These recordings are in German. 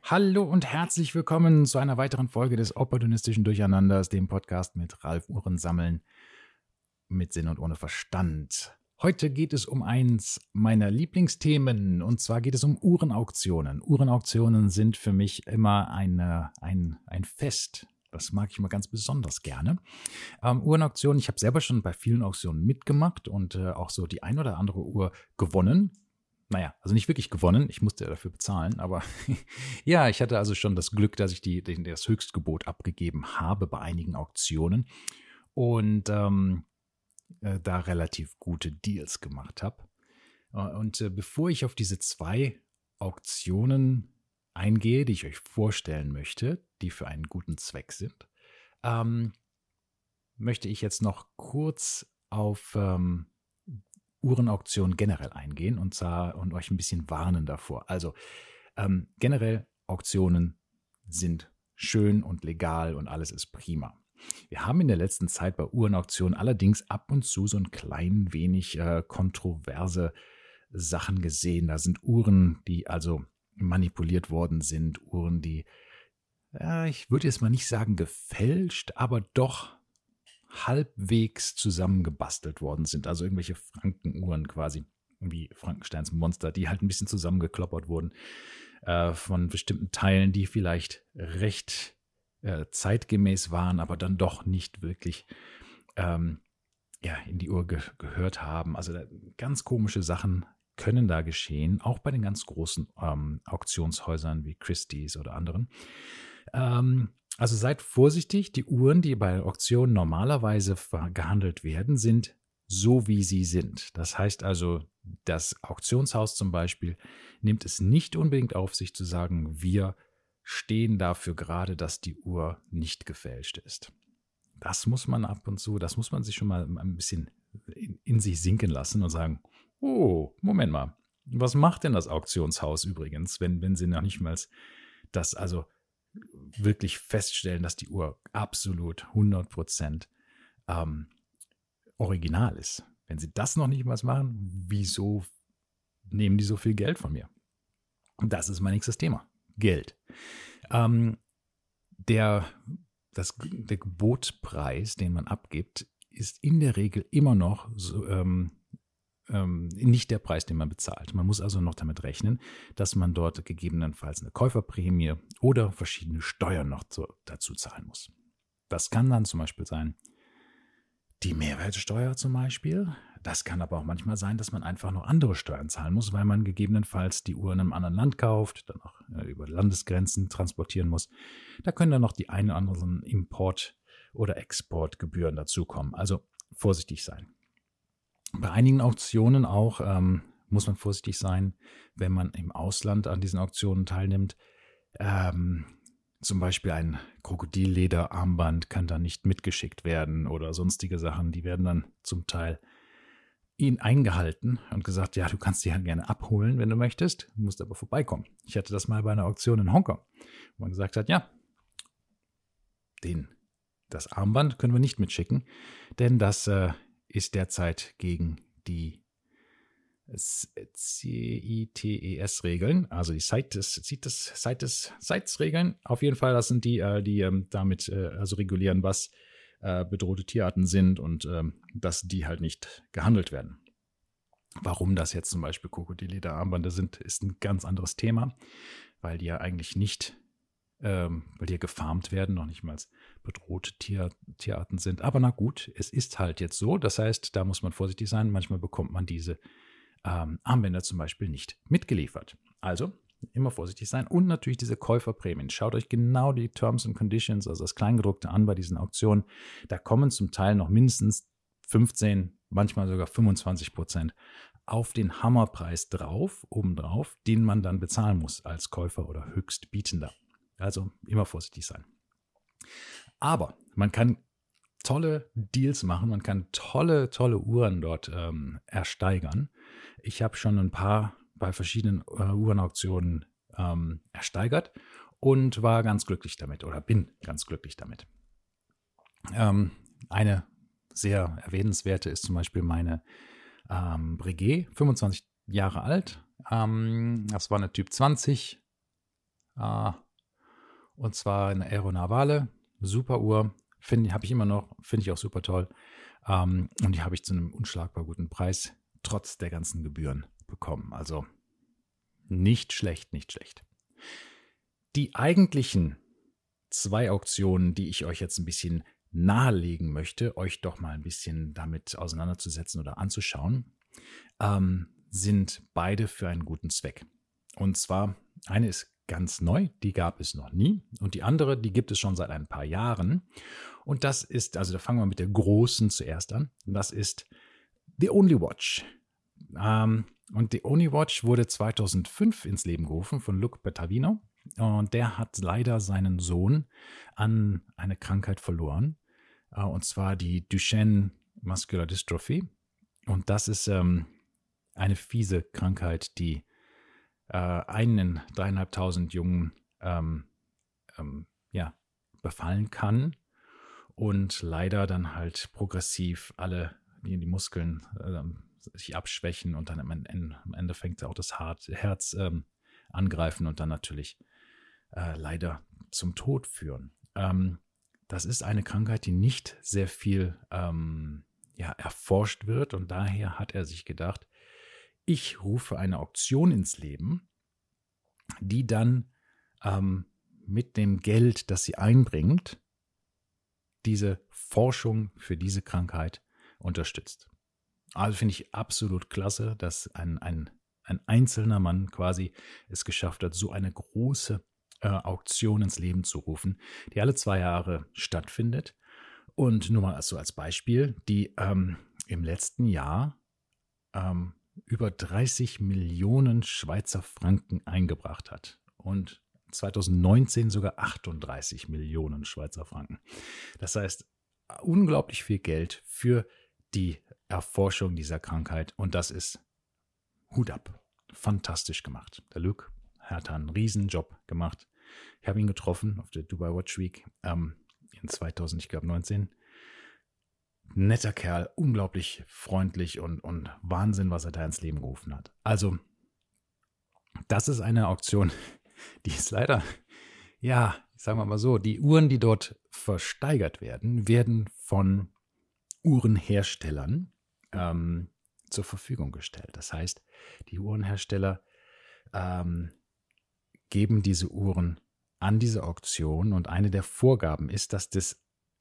Hallo und herzlich willkommen zu einer weiteren Folge des Opportunistischen Durcheinanders, dem Podcast mit Ralf Uhrensammeln mit Sinn und ohne Verstand. Heute geht es um eins meiner Lieblingsthemen, und zwar geht es um Uhrenauktionen. Uhrenauktionen sind für mich immer ein Fest. Das mag ich immer ganz besonders gerne. Uhrenauktionen, ich habe selber schon bei vielen Auktionen mitgemacht und auch so die ein oder andere Uhr gewonnen. Naja, also nicht wirklich gewonnen, ich musste dafür bezahlen, aber ja, ich hatte also schon das Glück, dass ich das Höchstgebot abgegeben habe bei einigen Auktionen und da relativ gute Deals gemacht habe. Und bevor ich auf diese zwei Auktionen eingehe, die ich euch vorstellen möchte, die für einen guten Zweck sind, ähm, möchte ich jetzt noch kurz auf Uhrenauktionen generell eingehen und euch ein bisschen warnen davor. Also generell Auktionen sind schön und legal und alles ist prima. Wir haben in der letzten Zeit bei Uhrenauktionen allerdings ab und zu so ein klein wenig kontroverse Sachen gesehen. Da sind Uhren, die also manipuliert worden sind, Uhren, die, ich würde jetzt mal nicht sagen gefälscht, aber doch halbwegs zusammengebastelt worden sind. Also irgendwelche Frankenuhren quasi, wie Frankensteins Monster, die halt ein bisschen zusammengekloppert wurden von bestimmten Teilen, die vielleicht recht zeitgemäß waren, aber dann doch nicht wirklich in die Uhr gehört haben. Also ganz komische Sachen können da geschehen, auch bei den ganz großen Auktionshäusern wie Christie's oder anderen. Also seid vorsichtig, die Uhren, die bei Auktionen normalerweise gehandelt werden, sind so, wie sie sind. Das heißt also, das Auktionshaus zum Beispiel nimmt es nicht unbedingt auf sich zu sagen, wir stehen dafür gerade, dass die Uhr nicht gefälscht ist. Das muss man ab und zu, das muss man sich schon mal ein bisschen in sich sinken lassen und sagen, oh, Moment mal, was macht denn das Auktionshaus übrigens, wenn sie noch nicht mal das, also wirklich feststellen, dass die Uhr absolut 100% original ist. Wenn sie das noch nicht mal machen, wieso nehmen die so viel Geld von mir? Und das ist mein nächstes Thema. Geld. Der Gebotpreis, den man abgibt, ist in der Regel immer noch so, nicht der Preis, den man bezahlt. Man muss also noch damit rechnen, dass man dort gegebenenfalls eine Käuferprämie oder verschiedene Steuern noch dazu zahlen muss. Das kann dann zum Beispiel sein die Mehrwertsteuer zum Beispiel. Das kann aber auch manchmal sein, dass man einfach noch andere Steuern zahlen muss, weil man gegebenenfalls die Uhr in einem anderen Land kauft, dann auch über Landesgrenzen transportieren muss. Da können dann noch die ein oder anderen Import- oder Exportgebühren dazukommen. Also vorsichtig sein. Bei einigen Auktionen auch muss man vorsichtig sein, wenn man im Ausland an diesen Auktionen teilnimmt. Zum Beispiel ein Krokodillederarmband kann da nicht mitgeschickt werden oder sonstige Sachen. Die werden dann zum Teil ihnen eingehalten und gesagt, ja, du kannst die halt gerne abholen, wenn du möchtest, musst aber vorbeikommen. Ich hatte das mal bei einer Auktion in Hongkong, wo man gesagt hat, ja, das Armband können wir nicht mitschicken, denn das ist derzeit gegen die CITES-Regeln, also die CITES-Regeln. Auf jeden Fall, das sind die damit also regulieren, was bedrohte Tierarten sind und dass die halt nicht gehandelt werden. Warum das jetzt zum Beispiel Krokodillederarmbande sind, ist ein ganz anderes Thema, weil die ja eigentlich nicht weil die ja gefarmt werden, noch nicht mal als bedrohte Tierarten sind. Aber na gut, es ist halt jetzt so. Das heißt, da muss man vorsichtig sein. Manchmal bekommt man diese Armbänder zum Beispiel nicht mitgeliefert. Also immer vorsichtig sein und natürlich diese Käuferprämien. Schaut euch genau die Terms and Conditions, also das Kleingedruckte an bei diesen Auktionen. Da kommen zum Teil noch mindestens 15, manchmal sogar 25% auf den Hammerpreis drauf, obendrauf, den man dann bezahlen muss als Käufer oder Höchstbietender. Also immer vorsichtig sein. Aber man kann tolle Deals machen, man kann tolle Uhren dort ersteigern. Ich habe schon ein paar bei verschiedenen Uhrenauktionen ersteigert und war ganz glücklich damit oder bin ganz glücklich damit. Eine sehr erwähnenswerte ist zum Beispiel meine Breguet, 25 Jahre alt. Das war eine Typ 20 Und zwar eine Aeronavale, super Uhr, habe ich immer noch, finde ich auch super toll. Und die habe ich zu einem unschlagbar guten Preis, trotz der ganzen Gebühren bekommen. Also nicht schlecht, nicht schlecht. Die eigentlichen 2 Auktionen, die ich euch jetzt ein bisschen nahelegen möchte, euch doch mal ein bisschen damit auseinanderzusetzen oder anzuschauen, sind beide für einen guten Zweck. Und zwar, eine ist ganz neu, die gab es noch nie. Und die andere, die gibt es schon seit ein paar Jahren. Und das ist, also da fangen wir mit der großen zuerst an. Das ist The Only Watch. Und The Only Watch wurde 2005 ins Leben gerufen von Luc Bettavino. Und der hat leider seinen Sohn an eine Krankheit verloren. Und zwar die Duchenne Muscular Dystrophy. Und das ist eine fiese Krankheit, die einen in 3.500 Jungen befallen kann und leider dann halt progressiv alle die Muskeln sich abschwächen und dann am Endeffekt auch das Herz angreifen und dann natürlich leider zum Tod führen. Das ist eine Krankheit, die nicht sehr viel erforscht wird und daher hat er sich gedacht, ich rufe eine Auktion ins Leben, die dann mit dem Geld, das sie einbringt, diese Forschung für diese Krankheit unterstützt. Also finde ich absolut klasse, dass ein einzelner Mann quasi es geschafft hat, so eine große Auktion ins Leben zu rufen, die alle 2 Jahre stattfindet. Und nur mal so als Beispiel, die im letzten Jahr über 30 Millionen Schweizer Franken eingebracht hat. Und 2019 sogar 38 Millionen Schweizer Franken. Das heißt, unglaublich viel Geld für die Erforschung dieser Krankheit. Und das ist Hut ab. Fantastisch gemacht. Der Luc hat einen Riesenjob gemacht. Ich habe ihn getroffen auf der Dubai Watch Week in 2019. Netter Kerl, unglaublich freundlich und Wahnsinn, was er da ins Leben gerufen hat. Also, das ist eine Auktion, die ist leider, ja, sagen wir mal so, die Uhren, die dort versteigert werden von Uhrenherstellern zur Verfügung gestellt. Das heißt, die Uhrenhersteller geben diese Uhren an diese Auktion und eine der Vorgaben ist, dass das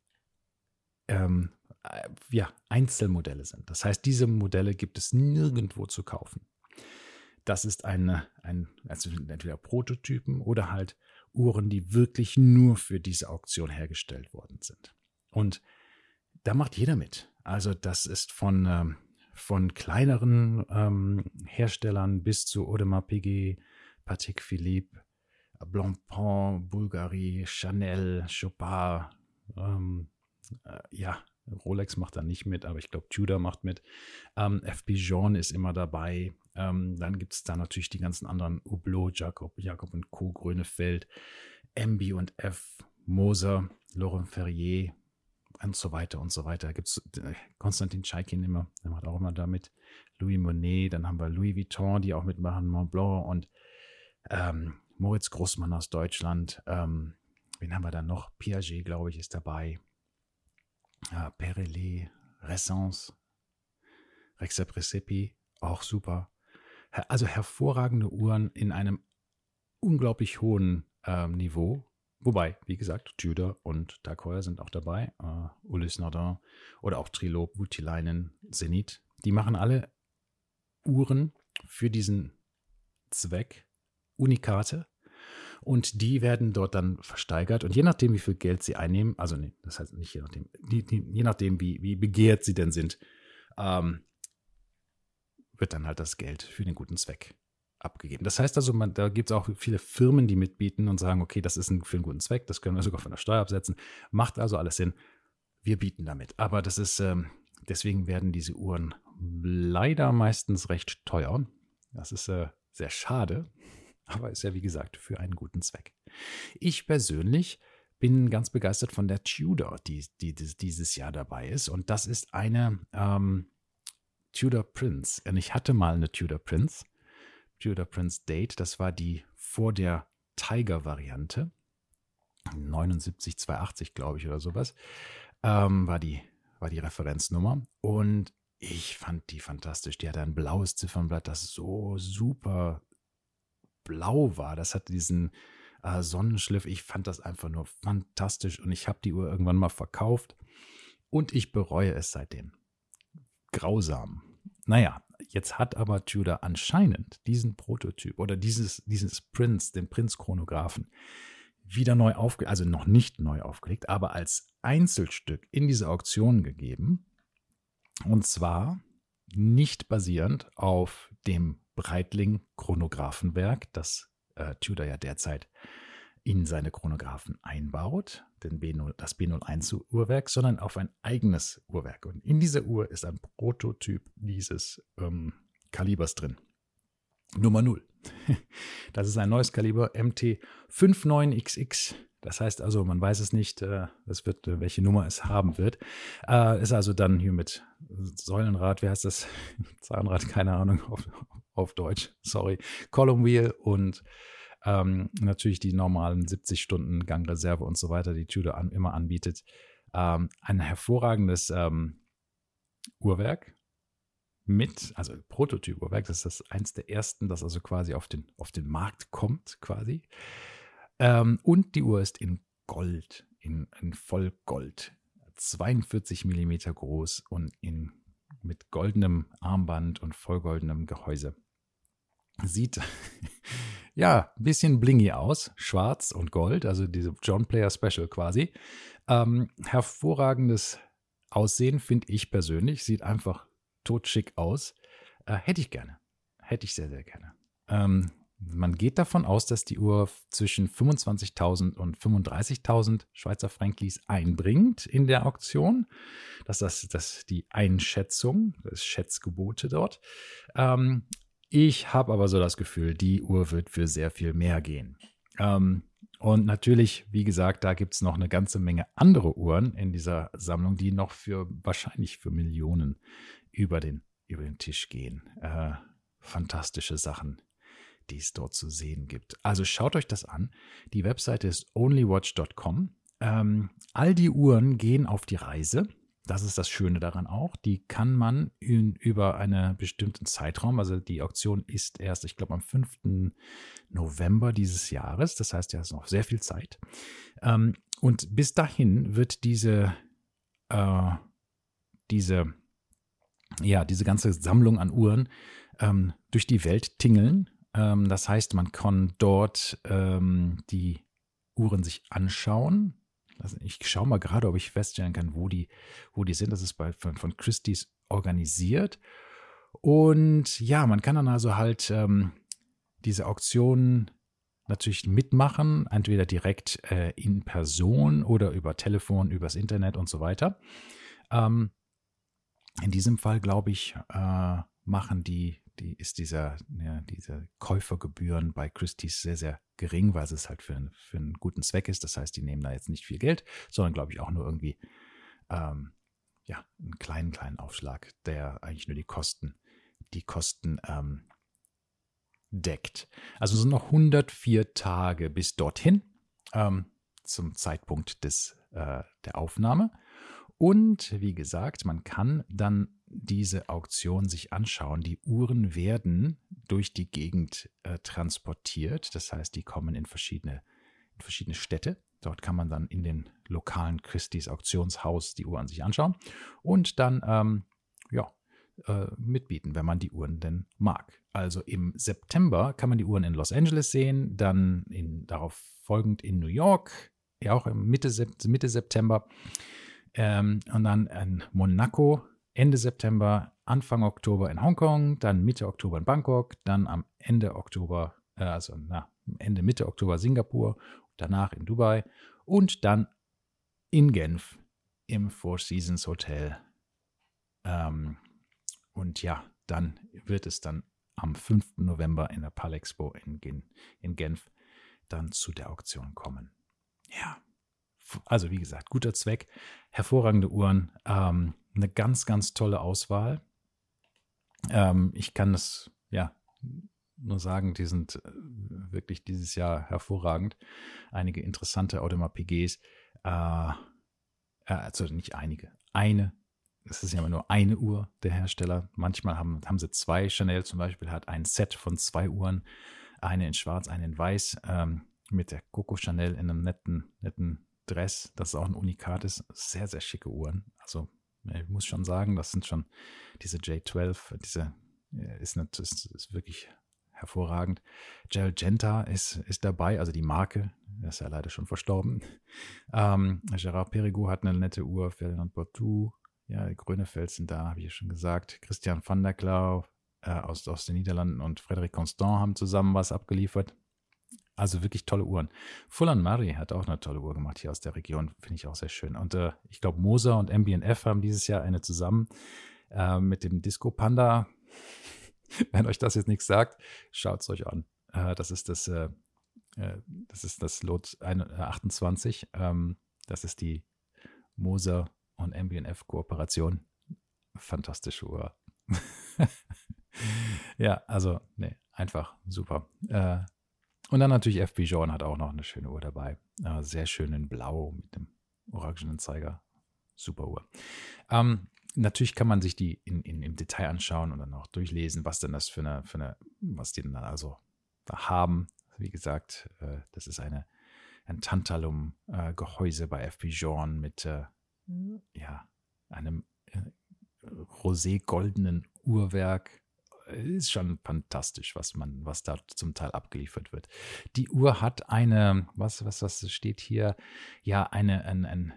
Einzelmodelle sind. Das heißt, diese Modelle gibt es nirgendwo zu kaufen. Das ist also entweder Prototypen oder halt Uhren, die wirklich nur für diese Auktion hergestellt worden sind. Und da macht jeder mit. Also das ist von kleineren Herstellern bis zu Audemars Piguet, Patek Philippe, Blancpain, Bulgari, Chanel, Chopard, Rolex macht da nicht mit, aber ich glaube, Tudor macht mit. FP Journe ist immer dabei. Dann gibt es da natürlich die ganzen anderen Hublot, Jacob und Co., Grönefeld, MB&F, Moser, Laurent Ferrier und so weiter und so weiter. Da gibt es Konstantin Tschaikin immer, der macht auch immer da mit. Louis Monet, dann haben wir Louis Vuitton, die auch mitmachen, Montblanc und Moritz Großmann aus Deutschland. Wen haben wir da noch? Piaget, glaube ich, ist dabei. Perelé, Ressence, Rexha Presepi, auch super. Also hervorragende Uhren in einem unglaublich hohen Niveau. Wobei, wie gesagt, Tudor und Tag Heuer sind auch dabei. Ulysse Nardin oder auch Trilop, Voutilainen, Zenith. Die machen alle Uhren für diesen Zweck, Unikate. Und die werden dort dann versteigert. Und je nachdem, wie viel Geld sie einnehmen, also nee, das heißt nicht je nachdem, je nachdem, wie begehrt sie denn sind, wird dann halt das Geld für den guten Zweck abgegeben. Das heißt also, da gibt es auch viele Firmen, die mitbieten und sagen, okay, das ist für einen guten Zweck, das können wir sogar von der Steuer absetzen. Macht also alles Sinn. Wir bieten damit. Aber das ist, deswegen werden diese Uhren leider meistens recht teuer. Das ist sehr schade. Aber ist ja, wie gesagt, für einen guten Zweck. Ich persönlich bin ganz begeistert von der Tudor, die dieses Jahr dabei ist. Und das ist eine Tudor Prince. Und ich hatte mal eine Tudor Prince Date. Das war die vor der Tiger-Variante. 79280, glaube ich, oder sowas, war die Referenznummer. Und ich fand die fantastisch. Die hatte ein blaues Ziffernblatt, das so super blau war. Das hatte diesen Sonnenschliff. Ich fand das einfach nur fantastisch. Und ich habe die Uhr irgendwann mal verkauft. Und ich bereue es seitdem. Grausam. Naja, jetzt hat aber Tudor anscheinend diesen Prototyp oder dieses Prince, den Prinz-Chronographen, wieder neu aufgelegt, also noch nicht neu aufgelegt, aber als Einzelstück in diese Auktion gegeben. Und zwar nicht basierend auf dem Breitling-Chronographenwerk, das Tudor ja derzeit in seine Chronographen einbaut, das B01-Uhrwerk, sondern auf ein eigenes Uhrwerk. Und in dieser Uhr ist ein Prototyp dieses Kalibers drin. Nummer 0. Das ist ein neues Kaliber MT59XX. Das heißt also, man weiß es nicht, welche Nummer es haben wird. Ist also dann hier mit Säulenrad, wie heißt das? Zahnrad, keine Ahnung, auf Deutsch, sorry. Column Wheel und natürlich die normalen 70 Stunden Gangreserve und so weiter, die Tudor immer anbietet. Ein hervorragendes Uhrwerk also Prototyp-Uhrwerk, das ist eins der ersten, das also quasi auf den Markt kommt, quasi. Und die Uhr ist in Gold, in Vollgold, 42 Millimeter groß und mit goldenem Armband und vollgoldenem Gehäuse. Sieht ja ein bisschen blingy aus, schwarz und gold, also diese John Player Special quasi. Hervorragendes Aussehen, finde ich persönlich, sieht einfach totschick aus. Hätte ich gerne. Hätte ich sehr, sehr gerne. Man geht davon aus, dass die Uhr zwischen 25.000 und 35.000 Schweizer Franklis einbringt in der Auktion. Das ist die Einschätzung, das Schätzgebote dort. Ich habe aber so das Gefühl, die Uhr wird für sehr viel mehr gehen. Und natürlich, wie gesagt, da gibt es noch eine ganze Menge andere Uhren in dieser Sammlung, die noch wahrscheinlich für Millionen über den Tisch gehen. Fantastische Sachen, die es dort zu sehen gibt. Also schaut euch das an. Die Webseite ist onlywatch.com. All die Uhren gehen auf die Reise. Das ist das Schöne daran auch. Die kann man über einen bestimmten Zeitraum, also die Auktion ist erst, ich glaube, am 5. November dieses Jahres. Das heißt, ja, es ist noch sehr viel Zeit. Und bis dahin wird diese ganze Sammlung an Uhren durch die Welt tingeln. Das heißt, man kann dort die Uhren sich anschauen. Also ich schaue mal gerade, ob ich feststellen kann, wo die sind. Das ist von Christie's organisiert. Und ja, man kann dann also halt diese Auktionen natürlich mitmachen, entweder direkt in Person oder über Telefon, übers Internet und so weiter. In diesem Fall, glaube ich, machen diese Käufergebühren bei Christie's sehr, sehr gering, weil es halt für einen guten Zweck ist. Das heißt, die nehmen da jetzt nicht viel Geld, sondern, glaube ich, auch nur irgendwie einen kleinen Aufschlag, der eigentlich nur die Kosten deckt. Also es sind noch 104 Tage bis dorthin zum Zeitpunkt der Aufnahme. Und wie gesagt, man kann dann diese Auktion sich anschauen. Die Uhren werden durch die Gegend transportiert. Das heißt, die kommen in verschiedene Städte. Dort kann man dann in den lokalen Christie's Auktionshaus die Uhren sich anschauen und dann mitbieten, wenn man die Uhren denn mag. Also im September kann man die Uhren in Los Angeles sehen, dann darauf folgend in New York, ja auch Mitte September. Und dann in Monaco Ende September, Anfang Oktober in Hongkong, dann Mitte Oktober in Bangkok, dann am Ende Mitte Oktober Singapur, danach in Dubai und dann in Genf im Four Seasons Hotel. Und ja, dann wird es dann am 5. November in der Palexpo in Genf dann zu der Auktion kommen. Ja. Also wie gesagt, guter Zweck, hervorragende Uhren, eine ganz, ganz tolle Auswahl. Ich kann das ja nur sagen, die sind wirklich dieses Jahr hervorragend. Einige interessante Audemars Piguets. Also nicht einige. Es ist ja immer nur eine Uhr der Hersteller. Manchmal haben sie zwei. Chanel zum Beispiel hat ein Set von 2 Uhren. Eine in schwarz, eine in weiß. Mit der Coco Chanel in einem netten Dress. Das ist auch ein Unikat ist. Sehr, sehr schicke Uhren. Also ich muss schon sagen, das sind schon diese J12, ist wirklich hervorragend. Gerald Genta ist dabei, also die Marke, der ist ja leider schon verstorben. Gérard Perregaux hat eine nette Uhr, Ferdinand Bortou, ja, die Grönefeld sind da, habe ich ja schon gesagt. Christian van der Klauw aus den Niederlanden und Frédéric Constant haben zusammen was abgeliefert. Also wirklich tolle Uhren. Full & Murray hat auch eine tolle Uhr gemacht hier aus der Region, finde ich auch sehr schön. Und ich glaube, Moser und MB&F haben dieses Jahr eine zusammen mit dem Disco Panda. Wenn euch das jetzt nichts sagt, schaut es euch an. Das ist das Lot 28. Das ist die Moser und MB&F Kooperation. Fantastische Uhr. Ja, also, nee, einfach super. Und dann natürlich F. Bijoun hat auch noch eine schöne Uhr dabei. Sehr schön in Blau mit dem orangenen Zeiger. Super Uhr. Natürlich kann man sich die im Detail anschauen und dann auch durchlesen, was denn das für eine, was die dann also da haben. Wie gesagt, das ist ein Tantalum-Gehäuse bei F. Bijoun mit einem rosé-goldenen Uhrwerk. Ist schon fantastisch, was da zum Teil abgeliefert wird. Die Uhr hat eine, was steht hier? Ja, ein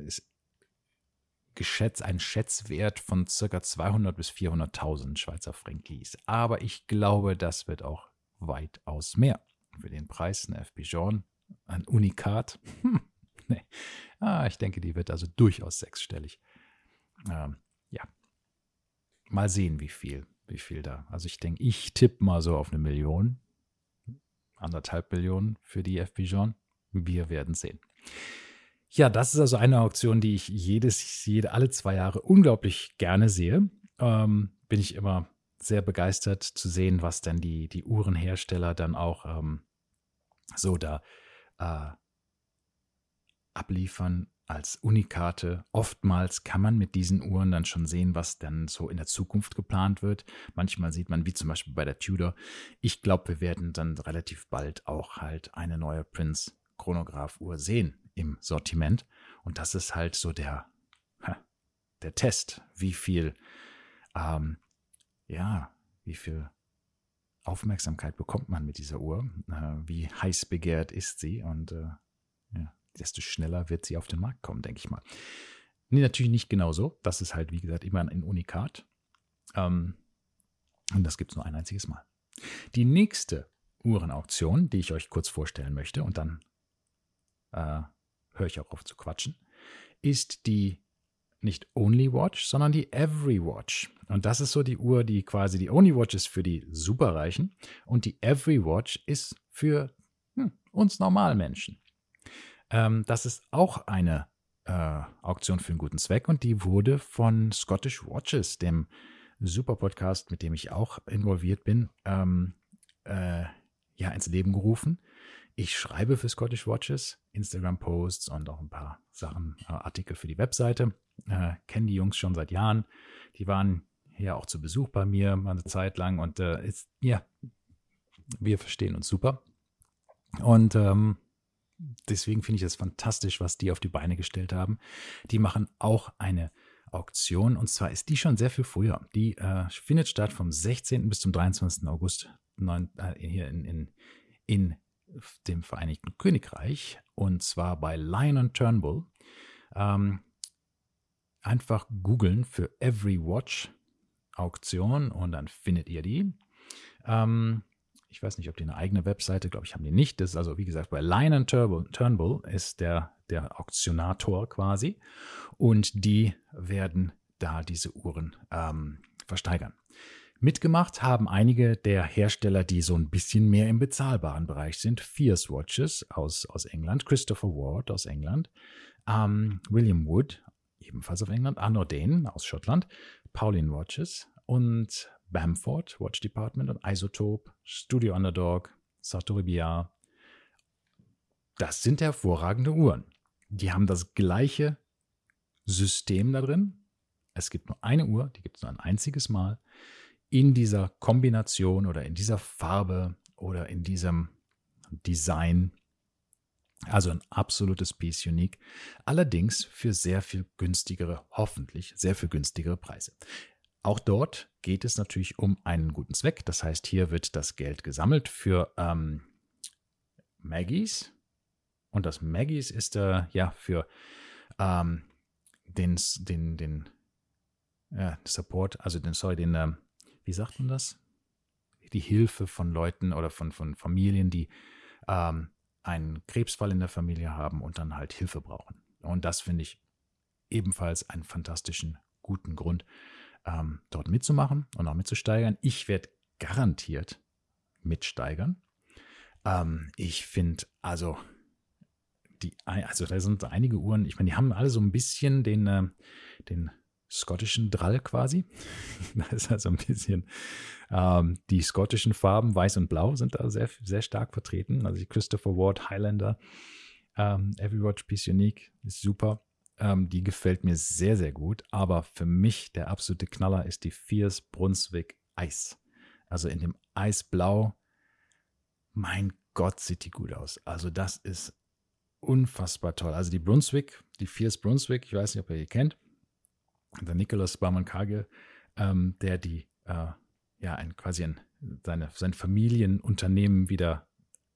Schätzwert von ca. 200.000 bis 400.000 Schweizer Frankis. Aber ich glaube, das wird auch weitaus mehr. Für den Preis eine F. Bijoun, ein Unikat. Nee. Ich denke, die wird also durchaus sechsstellig. Ja. Mal sehen, wie viel da. Also ich denke, ich tippe mal so auf 1 Million. 1,5 Millionen für die F. Bijoun. Wir werden sehen. Ja, das ist also eine Auktion, die ich alle 2 Jahre unglaublich gerne sehe. Bin ich immer sehr begeistert zu sehen, was denn die Uhrenhersteller dann auch so da abliefern als Unikate. Oftmals kann man mit diesen Uhren dann schon sehen, was dann so in der Zukunft geplant wird. Manchmal sieht man, wie zum Beispiel bei der Tudor. Ich glaube, wir werden dann relativ bald auch halt eine neue Prince Chronograph-Uhr sehen im Sortiment. Und das ist halt so der Test, wie viel Aufmerksamkeit bekommt man mit dieser Uhr, wie heiß begehrt ist sie und desto schneller wird sie auf den Markt kommen, denke ich mal. Nee, natürlich nicht genauso. Das ist halt, wie gesagt, immer ein Unikat. Und das gibt es nur ein einziges Mal. Die nächste Uhrenauktion, die ich euch kurz vorstellen möchte, und dann höre ich auch auf zu quatschen, ist die nicht Only Watch, sondern die Every Watch. Und das ist so die Uhr, die quasi die Only Watch ist für die Superreichen und die Every Watch ist für uns Normalmenschen. Das ist auch eine Auktion für einen guten Zweck und die wurde von Scottish Watches, dem Super-Podcast, mit dem ich auch involviert bin, ins Leben gerufen. Ich schreibe für Scottish Watches, Instagram-Posts und auch ein paar Sachen, Artikel für die Webseite. Kenne die Jungs schon seit Jahren. Die waren ja auch zu Besuch bei mir mal eine Zeit lang und wir verstehen uns super. Und deswegen finde ich es fantastisch, was die auf die Beine gestellt haben. Die machen auch eine Auktion und zwar ist die schon sehr viel früher. Die findet statt vom 16. bis zum 23. August hier in dem Vereinigten Königreich und zwar bei Lion & Turnbull. Einfach googeln für Every Watch Auktion und dann findet ihr die. Ich weiß nicht, ob die eine eigene Webseite, glaube ich, haben die nicht. Das ist also, wie gesagt, bei Lion & Turnbull ist der Auktionator quasi und die werden da diese Uhren versteigern. Mitgemacht haben einige der Hersteller, die so ein bisschen mehr im bezahlbaren Bereich sind. Fierce Watches aus England, Christopher Ward aus England, William Wood, ebenfalls aus England, Arnaud Dane aus Schottland, Pauline Watches und Bamford Watch Department und Isotope, Studio Underdog, Sartori Biard. Das sind hervorragende Uhren. Die haben das gleiche System da drin. Es gibt nur eine Uhr, die gibt es nur ein einziges Mal in dieser Kombination oder in dieser Farbe oder in diesem Design. Also ein absolutes Piece Unique. Allerdings für sehr viel günstigere, hoffentlich sehr viel günstigere Preise. Auch dort geht es natürlich um einen guten Zweck. Das heißt, hier wird das Geld gesammelt für Maggies. Und das Maggies ist für den Support, also wie sagt man das? Die Hilfe von Leuten oder von Familien, die einen Krebsfall in der Familie haben und dann halt Hilfe brauchen. Und das finde ich ebenfalls einen fantastischen, guten Grund, dort mitzumachen und auch mitzusteigern. Ich werde garantiert mitsteigern. Ich finde, also da sind einige Uhren, ich meine, die haben alle so ein bisschen den skottischen Drall quasi. Da ist also ein bisschen die skottischen Farben, weiß und blau, sind da sehr, sehr stark vertreten. Also die Christopher Ward Highlander, Every Watch Piece Unique ist super. Die gefällt mir sehr, sehr gut. Aber für mich der absolute Knaller ist die Fierce Brunswick Ice. Also in dem Eisblau. Mein Gott, sieht die gut aus. Also das ist unfassbar toll. Also die Fierce Brunswick, ich weiß nicht, ob ihr die kennt. Der Nicholas Barman-Cargill, der sein Familienunternehmen wieder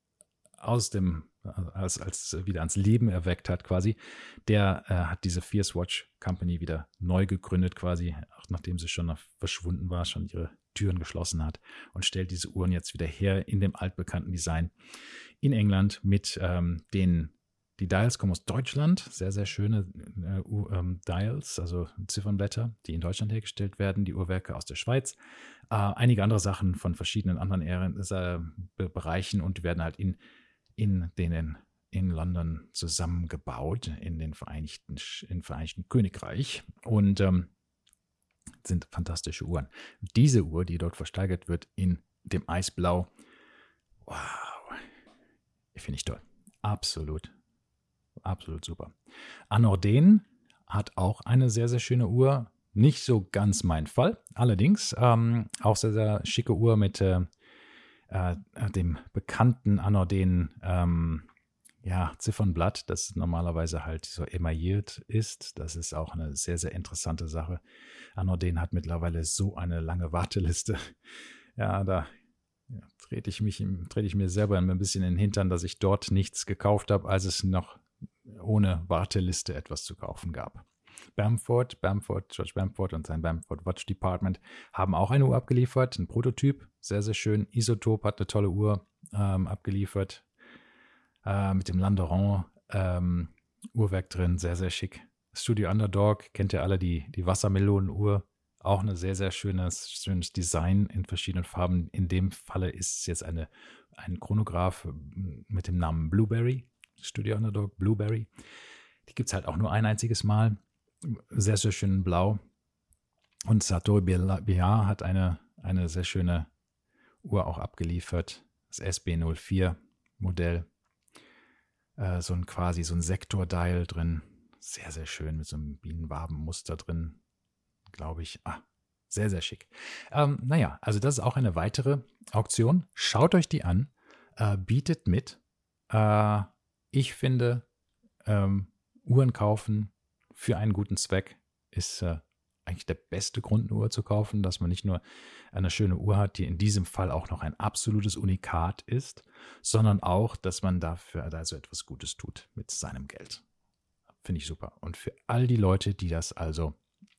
wieder ans Leben erweckt hat quasi, der hat diese Fierce Watch Company wieder neu gegründet quasi, auch nachdem sie schon verschwunden war, schon ihre Türen geschlossen hat und stellt diese Uhren jetzt wieder her in dem altbekannten Design in England mit die Dials kommen aus Deutschland, sehr, sehr schöne Dials, also Ziffernblätter, die in Deutschland hergestellt werden, die Uhrwerke aus der Schweiz, einige andere Sachen von verschiedenen anderen Bereichen und die werden halt in London zusammengebaut, im Vereinigten Königreich und sind fantastische Uhren. Diese Uhr, die dort versteigert wird in dem Eisblau, wow, finde ich toll. Absolut super. Anordain hat auch eine sehr, sehr schöne Uhr. Nicht so ganz mein Fall. Allerdings auch sehr, sehr schicke Uhr mit dem bekannten Anordain Ziffernblatt, das normalerweise halt so emailliert ist. Das ist auch eine sehr, sehr interessante Sache. Anordain hat mittlerweile so eine lange Warteliste. Ja, da trete ich mir selber ein bisschen in den Hintern, dass ich dort nichts gekauft habe, als es noch ohne Warteliste etwas zu kaufen gab. George Bamford und sein Bamford Watch Department haben auch eine Uhr abgeliefert, ein Prototyp, sehr, sehr schön. Isotop hat eine tolle Uhr abgeliefert, mit dem Landeron Uhrwerk drin, sehr, sehr schick. Studio Underdog, kennt ihr alle, die Wassermelonen-Uhr, auch ein sehr, sehr schönes Design in verschiedenen Farben. In dem Falle ist es jetzt ein Chronograph mit dem Namen Blueberry, Studio Underdog Blueberry. Die gibt es halt auch nur ein einziges Mal. Sehr, sehr schön blau. Und Sartori Biard hat eine sehr schöne Uhr auch abgeliefert. Das SB04 Modell. So ein Sektor-Dial drin. Sehr, sehr schön mit so einem Bienenwabenmuster drin. Glaube ich. Sehr, sehr schick. Also das ist auch eine weitere Auktion. Schaut euch die an. Bietet mit. Ich finde, Uhren kaufen für einen guten Zweck ist eigentlich der beste Grund, eine Uhr zu kaufen, dass man nicht nur eine schöne Uhr hat, die in diesem Fall auch noch ein absolutes Unikat ist, sondern auch, dass man dafür also etwas Gutes tut mit seinem Geld. Finde ich super. Und für all die Leute, die das also,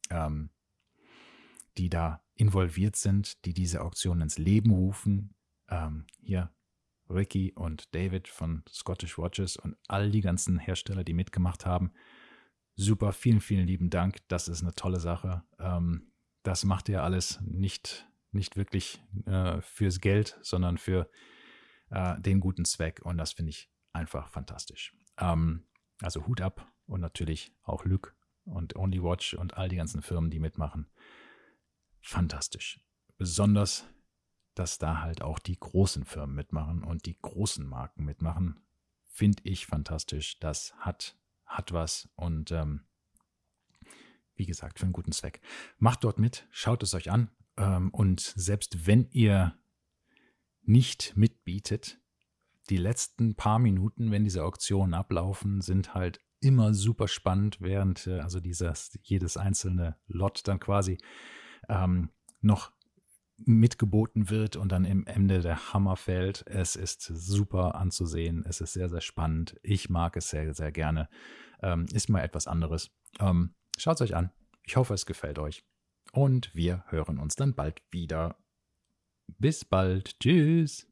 die da involviert sind, die diese Auktion ins Leben rufen, hier Ricky und David von Scottish Watches und all die ganzen Hersteller, die mitgemacht haben. Super, vielen, vielen lieben Dank. Das ist eine tolle Sache. Das macht ihr alles nicht wirklich fürs Geld, sondern für den guten Zweck. Und das finde ich einfach fantastisch. Also Hut ab und natürlich auch Luc und Only Watch und all die ganzen Firmen, die mitmachen. Fantastisch. Besonders dass da halt auch die großen Firmen mitmachen und die großen Marken mitmachen. Finde ich fantastisch. Das hat was und wie gesagt, für einen guten Zweck. Macht dort mit, schaut es euch an und selbst wenn ihr nicht mitbietet, die letzten paar Minuten, wenn diese Auktionen ablaufen, sind halt immer super spannend, während also jedes einzelne Lot dann quasi noch mitgeboten wird und dann im Ende der Hammer fällt. Es ist super anzusehen. Es ist sehr, sehr spannend. Ich mag es sehr, sehr gerne. Ist mal etwas anderes. Schaut es euch an. Ich hoffe, es gefällt euch. Und wir hören uns dann bald wieder. Bis bald. Tschüss.